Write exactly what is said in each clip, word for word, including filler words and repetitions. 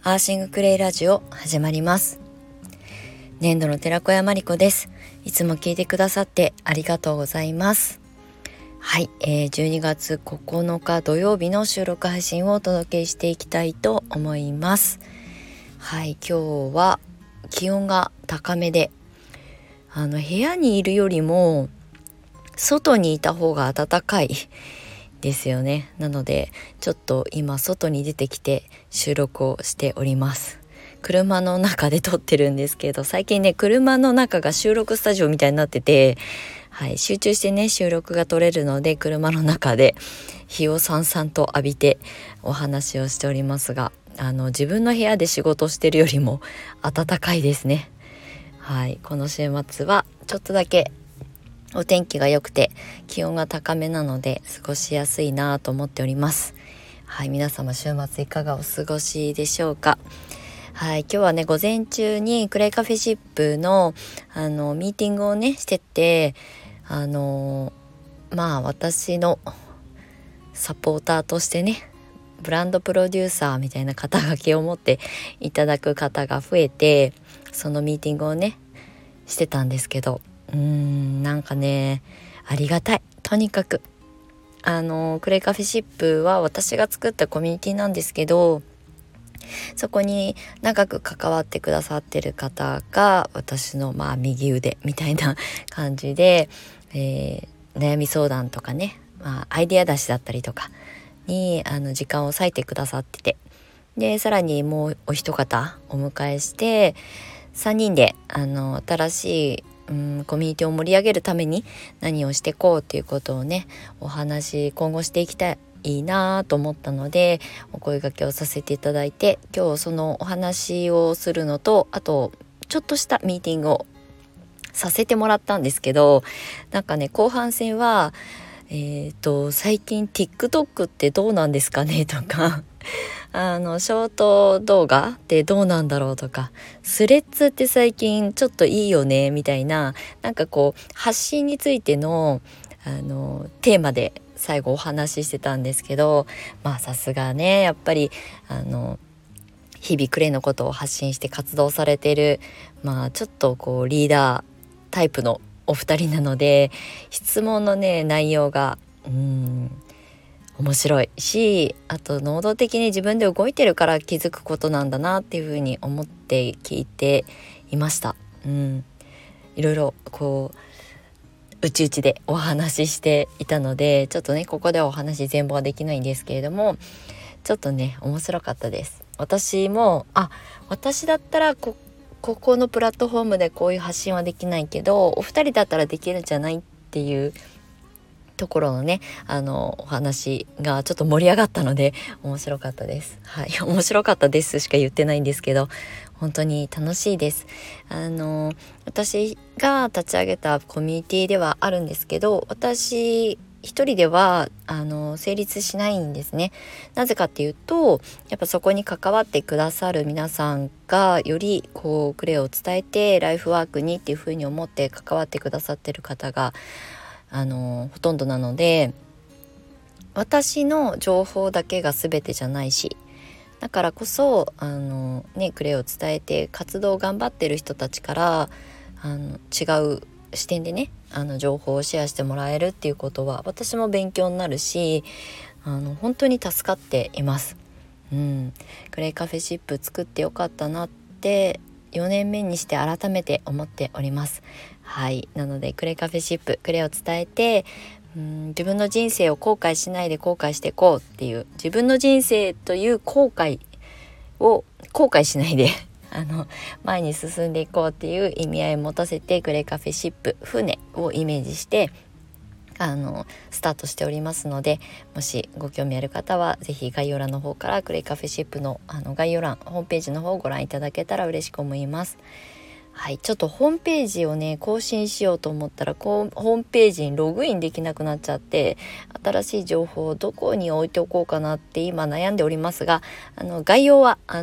アーシングクレイラジオ始まります。年度の寺子屋まりこです。いつも聞いてくださってありがとうございます。はい、えー、じゅうにがつここのか土曜日の収録配信をお届けしていきたいと思います。はい、今日は気温が高めで、あの部屋にいるよりも外にいた方が暖かいですよね。なのでちょっと今外に出てきて収録をしております。車の中で撮ってるんですけど、最近ね車の中が収録スタジオみたいになってて、はい、集中してね収録が撮れるので、車の中で日をさんさんと浴びてお話をしておりますが、あの自分の部屋で仕事してるよりも暖かいですね。はい、この週末はちょっとだけお天気が良くて気温が高めなので過ごしやすいなと思っております。はい、皆様週末いかがお過ごしでしょうか。はい、今日はね午前中にクレイカフェシップのあのミーティングをねしてて、あのまあ私のサポーターとしてねブランドプロデューサーみたいな肩書きを持っていただく方が増えて、そのミーティングをねしてたんですけど、うーんなんかねありがたい。とにかくあのクレイカフェシップは私が作ったコミュニティなんですけど、そこに長く関わってくださってる方が私のまあ右腕みたいな感じで、えー、悩み相談とかね、まあ、アイデア出しだったりとかにあの時間を割いてくださってて、でさらにもうお一方お迎えしてさんにんであの新しい、うん、コミュニティを盛り上げるために何をしていこうということをねお話今後していきたいいいなと思ったのでお声掛けをさせていただいて、今日そのお話をするのと、あとちょっとしたミーティングをさせてもらったんですけど、なんかね後半戦はえーと最近 TikTok ってどうなんですかねとかあのショート動画ってどうなんだろうとか、スレッズって最近ちょっといいよねみたいな、なんかこう発信についてのあのテーマで最後お話ししてたんですけど、まあさすがねやっぱりあの日々クレイのことを発信して活動されている、まあちょっとこうリーダータイプのお二人なので、質問のね内容がうーん面白いし、あと能動的に自分で動いてるから気づくことなんだなっていうふうに思って聞いていました。うん、いろいろこううちうちでお話ししていたので、ちょっとねここではお話全貌はできないんですけれども、ちょっとね面白かったです。私もあ私だったらこここのプラットフォームでこういう発信はできないけど、お二人だったらできるんじゃないっていうところのねあのお話がちょっと盛り上がったので面白かったです。はい面白かったですしか言ってないんですけど、本当に楽しいです。あの私が立ち上げたコミュニティではあるんですけど、私一人ではあの成立しないんですね。なぜかっていうと、やっぱそこに関わってくださる皆さんがよりこうクレイを伝えてライフワークにっていうふうに思って関わってくださってる方があのほとんどなので、私の情報だけが全てじゃないし、だからこそあの、ね、クレイを伝えて活動を頑張ってる人たちからあの違う視点でねあの情報をシェアしてもらえるっていうことは私も勉強になるし、あの本当に助かっています。うん、クレイカフェシップ作ってよかったなってよねんめにして改めて思っております。はい、なのでクレイカフェシップクレイを伝えて、うん自分の人生を後悔しないで後悔していこうっていう、自分の人生という後悔を後悔しないであの前に進んでいこうっていう意味合いを持たせてクレイカフェシップ船をイメージしてあのスタートしておりますので、もしご興味ある方はぜひ概要欄の方からクレイカフェシップの、あの概要欄ホームページの方をご覧いただけたら嬉しく思います。はい、ちょっとホームページをね更新しようと思ったらこうホームページにログインできなくなっちゃって、新しい情報をどこに置いておこうかなって今悩んでおりますが、あの概要はあの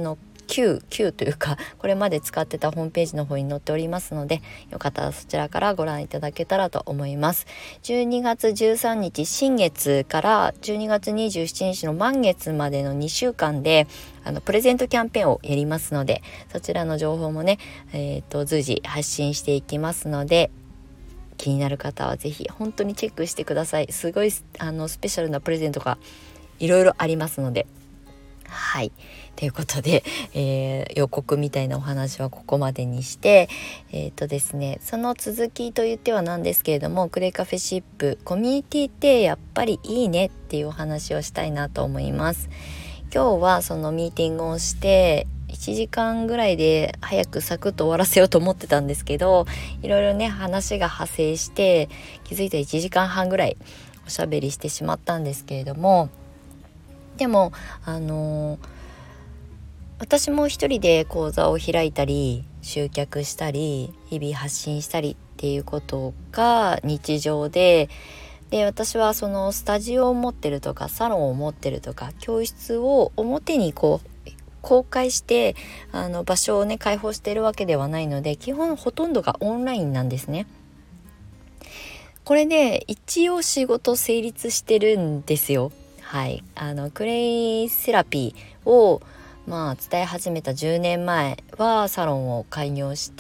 旧旧というかこれまで使ってたホームページの方に載っておりますので、よかったらそちらからご覧いただけたらと思います。じゅうにがつじゅうさんにち新月からじゅうにがつにじゅうしちにちの満月までのにしゅうかんであのプレゼントキャンペーンをやりますので、そちらの情報もね、えー、と随時発信していきますので、気になる方はぜひ本当にチェックしてください。すごいあのスペシャルなプレゼントがいろいろありますので。はい、ということで、えー、予告みたいなお話はここまでにして、えーとですね、その続きと言ってはなんですけれども、クレイカフェシップコミュニティってやっぱりいいねっていうお話をしたいなと思います。今日はそのミーティングをしていちじかんぐらいで早くサクッと終わらせようと思ってたんですけど、いろいろね話が派生して気づいたらいちじかんはんぐらいおしゃべりしてしまったんですけれども、でもあのー、私も一人で講座を開いたり集客したり日々発信したりっていうことが日常で、で私はそのスタジオを持ってるとかサロンを持ってるとか教室を表にこう公開してあの場所をね開放しているわけではないので、基本ほとんどがオンラインなんですね。これで一応仕事成立してるんですよ。はい、あのクレイセラピーをまあ伝え始めたじゅうねんまえはサロンを開業して、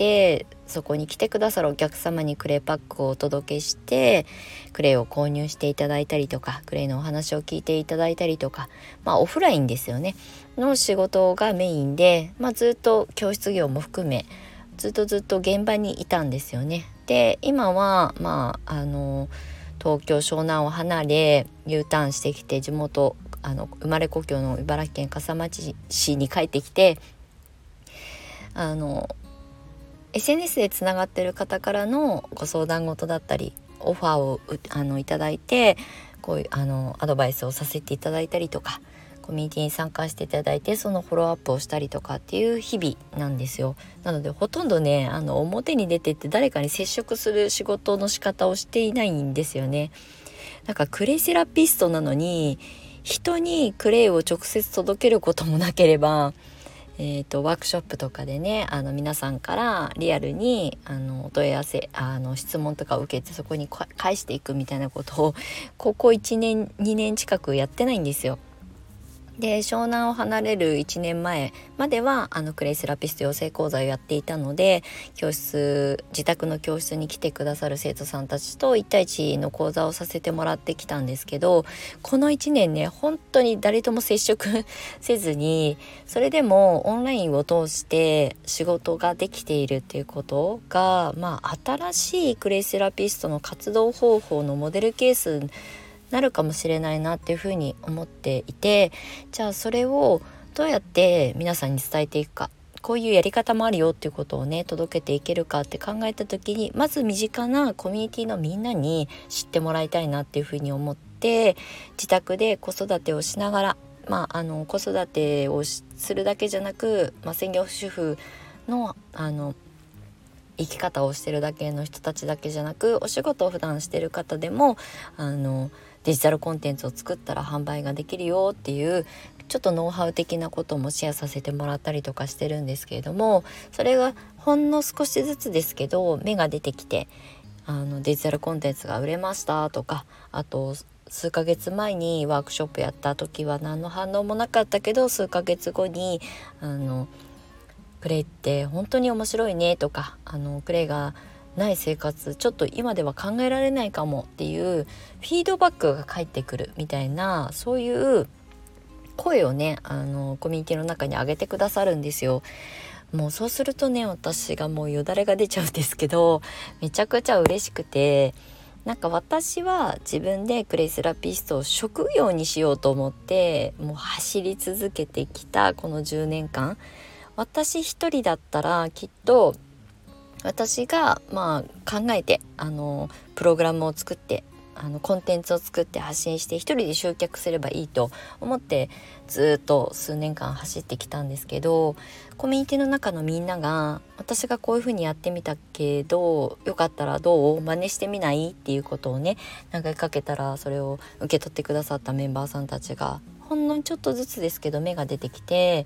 そこに来てくださるお客様にクレイパックをお届けしてクレイを購入していただいたりとか、クレイのお話を聞いていただいたりとか、まあオフラインですよねの仕事がメインで、まあ、ずっと教室業も含めずっとずっと現場にいたんですよね。で今はまああの東京湘南を離れ U ターンしてきて、地元あの生まれ故郷の茨城県笠間市に帰ってきて、あの エスエヌエス でつながってる方からのご相談事だったりオファーをあのいただいて、こういうあのアドバイスをさせていただいたりとか、コミュニティに参加していただいてそのフォローアップをしたりとかっていう日々なんですよ。なのでほとんどねあの表に出てって誰かに接触する仕事の仕方をしていないんですよね。なんかクレイセラピストなのに人にクレイを直接届けることもなければ、えーと、ワークショップとかでねあの皆さんからリアルにあのお問い合わせあの質問とかを受けてそこに返していくみたいなことをここいちねんにねん近くやってないんですよ。で湘南を離れるいちねんまえまではあのクレイセラピスト養成講座をやっていたので、教室自宅の教室に来てくださる生徒さんたちといち対いちの講座をさせてもらってきたんですけど、このいちねんね本当に誰とも接触せずに、それでもオンラインを通して仕事ができているっていうことが、まあ新しいクレイセラピストの活動方法のモデルケースなるかもしれないなっていうふうに思っていて、じゃあそれをどうやって皆さんに伝えていくか、こういうやり方もあるよっていうことをね届けていけるかって考えた時に、まず身近なコミュニティのみんなに知ってもらいたいなっていうふうに思って、自宅で子育てをしながら、まあ、あの子育てをするだけじゃなく、まあ、専業主婦のあの生き方をしてるだけの人たちだけじゃなく、お仕事を普段してる方でもあのデジタルコンテンツを作ったら販売ができるよっていうちょっとノウハウ的なこともシェアさせてもらったりとかしてるんですけれども、それがほんの少しずつですけど芽が出てきて、あのデジタルコンテンツが売れましたとか、あと数ヶ月前にワークショップやった時は何の反応もなかったけど、数ヶ月後にあのクレイって本当に面白いねとか、あのクレイがない生活ちょっと今では考えられないかもっていうフィードバックが返ってくるみたいな、そういう声をねあのコミュニティの中に上げてくださるんですよ。もうそうするとね、私がもうよだれが出ちゃうんですけど、めちゃくちゃ嬉しくて、なんか私は自分でクレイセラピストを職業にしようと思ってもう走り続けてきたこのじゅうねんかん、私一人だったらきっと私がまあ考えてあのプログラムを作ってあのコンテンツを作って発信して一人で集客すればいいと思ってずっと数年間走ってきたんですけど、コミュニティの中のみんなが私がこういう風にやってみたけどよかったらどう真似してみないっていうことをね投げかけたら、それを受け取ってくださったメンバーさんたちがほんのちょっとずつですけど芽が出てきて、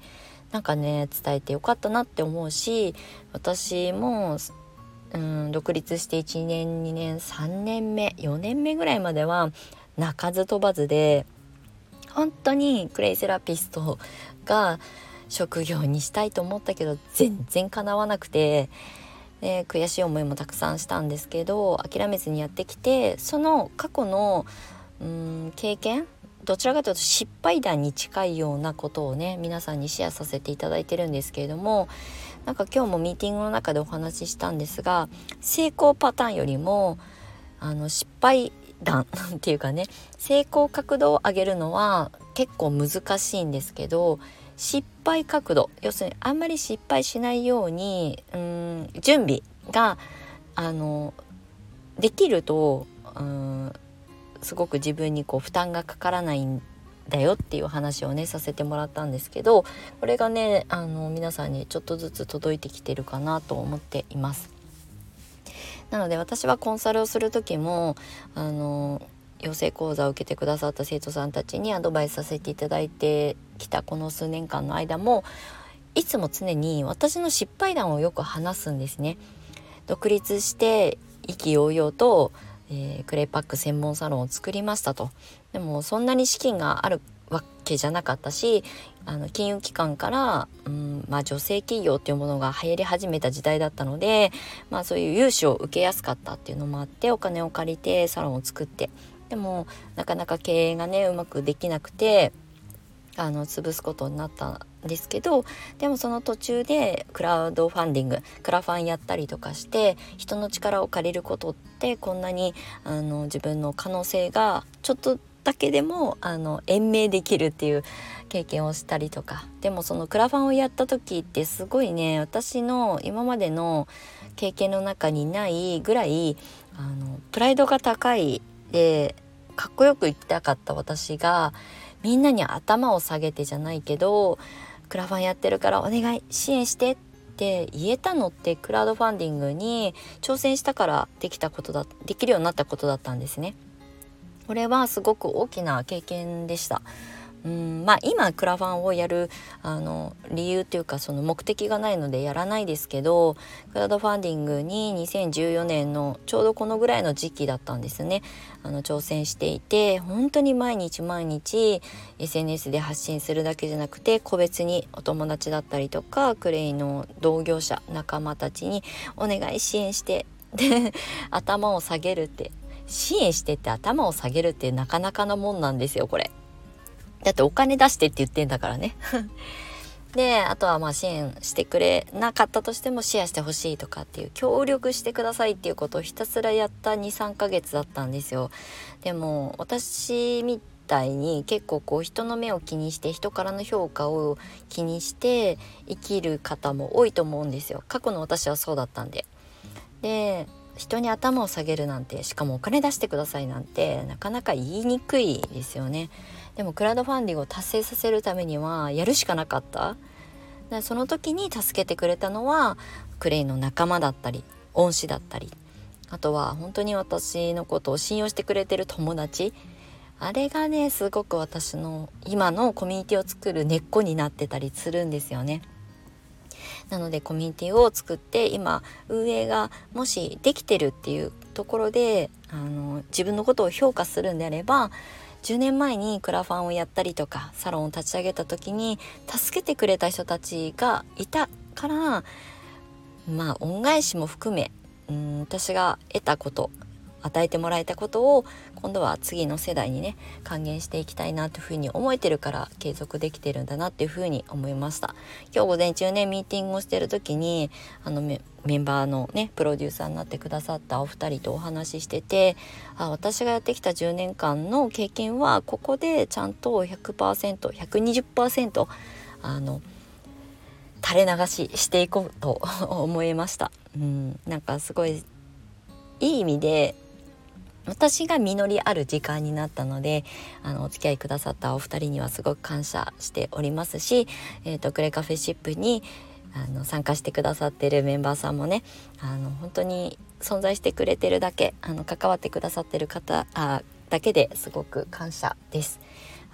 なんかね伝えてよかったなって思うし、私もうん独立していちねんにねんさんねんめよねんめぐらいまでは鳴かず飛ばずで、本当にクレイセラピストが職業にしたいと思ったけど全然叶わなくて、で悔しい思いもたくさんしたんですけど諦めずにやってきて、その過去のうーん経験、どちらかというと失敗談に近いようなことをね皆さんにシェアさせていただいてるんですけれども、なんか今日もミーティングの中でお話ししたんですが、成功パターンよりもあの失敗談っていうかね、成功角度を上げるのは結構難しいんですけど、失敗角度、要するにあんまり失敗しないようにうーん準備があのできるとうーんすごく自分にこう負担がかからないんだよっていう話をねさせてもらったんですけど、これがねあの皆さんにちょっとずつ届いてきてるかなと思っています。なので私はコンサルをする時もあの養成講座を受けてくださった生徒さんたちにアドバイスさせていただいてきたこの数年間の間も、いつも常に私の失敗談をよく話すんですね。独立して意気揚々と、えー、クレイパック専門サロンを作りましたと。でもそんなに資金があるわけじゃなかったし、あの金融機関から、うんまあ、女性企業っていうものが流行り始めた時代だったので、まあ、そういう融資を受けやすかったっていうのもあってお金を借りてサロンを作って、でもなかなか経営がねうまくできなくてあの潰すことになったんですけど、でもその途中でクラウドファンディングクラファンやったりとかして人の力を借りることってこんなにあの自分の可能性がちょっとだけでもあの延命できるっていう経験をしたりとか、でもそのクラファンをやった時ってすごいね私の今までの経験の中にないぐらいあのプライドが高いでかっこよく言きたかった私がみんなに頭を下げてじゃないけどクラファンやってるからお願い支援してって言えたのってクラウドファンディングに挑戦したからできたことだできるようになったことだったんですね。これはすごく大きな経験でした。うんまあ今クラファンをやるあの理由というかその目的がないのでやらないですけど、クラウドファンディングににせんじゅうよねんのちょうどこのぐらいの時期だったんですね。あの挑戦していて本当に毎日毎日 エスエヌエス で発信するだけじゃなくて個別にお友達だったりとかクレイの同業者仲間たちにお願い支援してで頭を下げるって支援してって頭を下げるってなかなかのもんなんですよこれ。だってお金出してって言ってんだからねであとはまあ支援してくれなかったとしてもシェアしてほしいとかっていう協力してくださいっていうことをひたすらやった にさんかげつだったんですよ。でも私みたいに結構こう人の目を気にして人からの評価を気にして生きる方も多いと思うんですよ。過去の私はそうだったんで。で人に頭を下げるなんて、しかもお金出してくださいなんてなかなか言いにくいですよね。でもクラウドファンディングを達成させるためにはやるしかなかった。でその時に助けてくれたのはクレイの仲間だったり恩師だったり、あとは本当に私のことを信用してくれてる友達、あれがねすごく私の今のコミュニティを作る根っこになってたりするんですよね。なのでコミュニティを作って今運営がもしできてるっていうところであの自分のことを評価するんであれば、じゅうねんまえにクラファンをやったりとかサロンを立ち上げた時に助けてくれた人たちがいたから、まあ恩返しも含めうん私が得たこと与えてもらえたことを今度は次の世代にね還元していきたいなというふうに思えてるから継続できてるんだなっていうふうに思いました。今日午前中ねミーティングをしてる時にあのメメンバーのねプロデューサーになってくださったお二人とお話ししてて、あ私がやってきたじゅうねんかんの経験はここでちゃんと ひゃくパーセント、ひゃくにじゅっパーセント あの垂れ流ししていこうと思いました。うんなんかすごいいい意味で私が実りある時間になったので、あのお付き合いくださったお二人にはすごく感謝しておりますし、えーと、クレカフェシップにあの参加してくださってるメンバーさんもね、あの本当に存在してくれてるだけ、あの関わってくださってる方あだけですごく感謝です。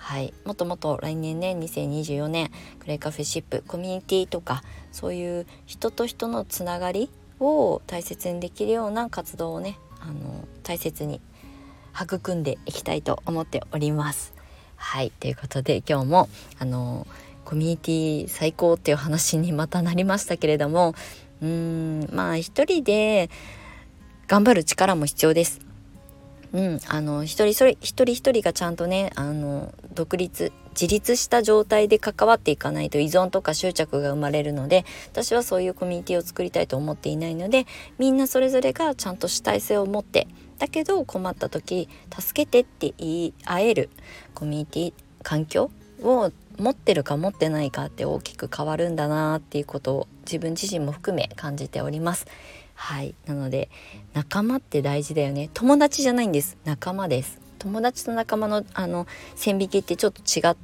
はい、もっともっと来年ねにせんにじゅうよねんクレイカフェシップコミュニティとかそういう人と人のつながりを大切にできるような活動をねあの大切に育んでいきたいと思っております。はい、ということで今日もあのコミュニティ最高っていう話にまたなりましたけれども、うーんまあ一人で頑張る力も必要です。うん、あの一人それ一人一人がちゃんとねあの独立自立した状態で関わっていかないと依存とか執着が生まれるので、私はそういうコミュニティを作りたいと思っていないので、みんなそれぞれがちゃんと主体性を持って、だけど困った時助けてって言い合えるコミュニティ環境を持ってるか持ってないかって大きく変わるんだなっていうことを自分自身も含め感じております。はい、なので仲間って大事だよね。友達じゃないんです、仲間です。友達と仲間のあの線引きってちょっと違って、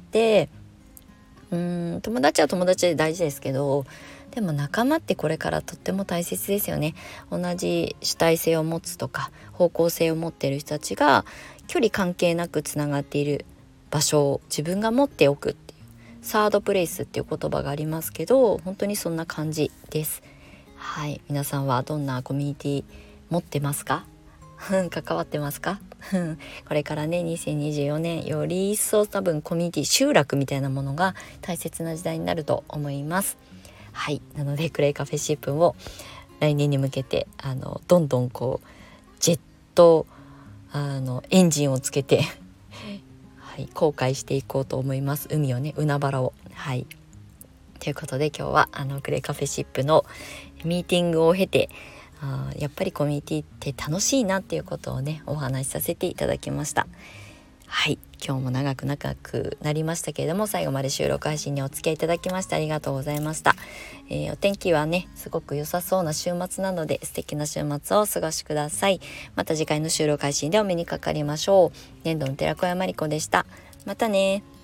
うーん友達は友達で大事ですけど、でも仲間ってこれからとっても大切ですよね。同じ主体性を持つとか方向性を持っている人たちが距離関係なくつながっている場所を自分が持っておくっていうサードプレイスっていう言葉がありますけど、本当にそんな感じです。はい、皆さんはどんなコミュニティ持ってますか？関わってますか？これからねにせんにじゅうよねんより一層多分コミュニティ集落みたいなものが大切な時代になると思います。はい、なのでクレイカフェシップを来年に向けてあのどんどんこうジェットあのエンジンをつけてはい航海していこうと思います。海をね海原を。はいということで今日はあのクレイカフェシップのミーティングを経て、あやっぱりコミュニティって楽しいなっていうことをねお話しさせていただきました。はい今日も長く長くなりましたけれども、最後まで収録配信にお付き合いいただきましてありがとうございました。えー、お天気はねすごく良さそうな週末なので素敵な週末をお過ごしください。また次回の収録配信でお目にかかりましょう。年度の寺子屋まりこでした。またね。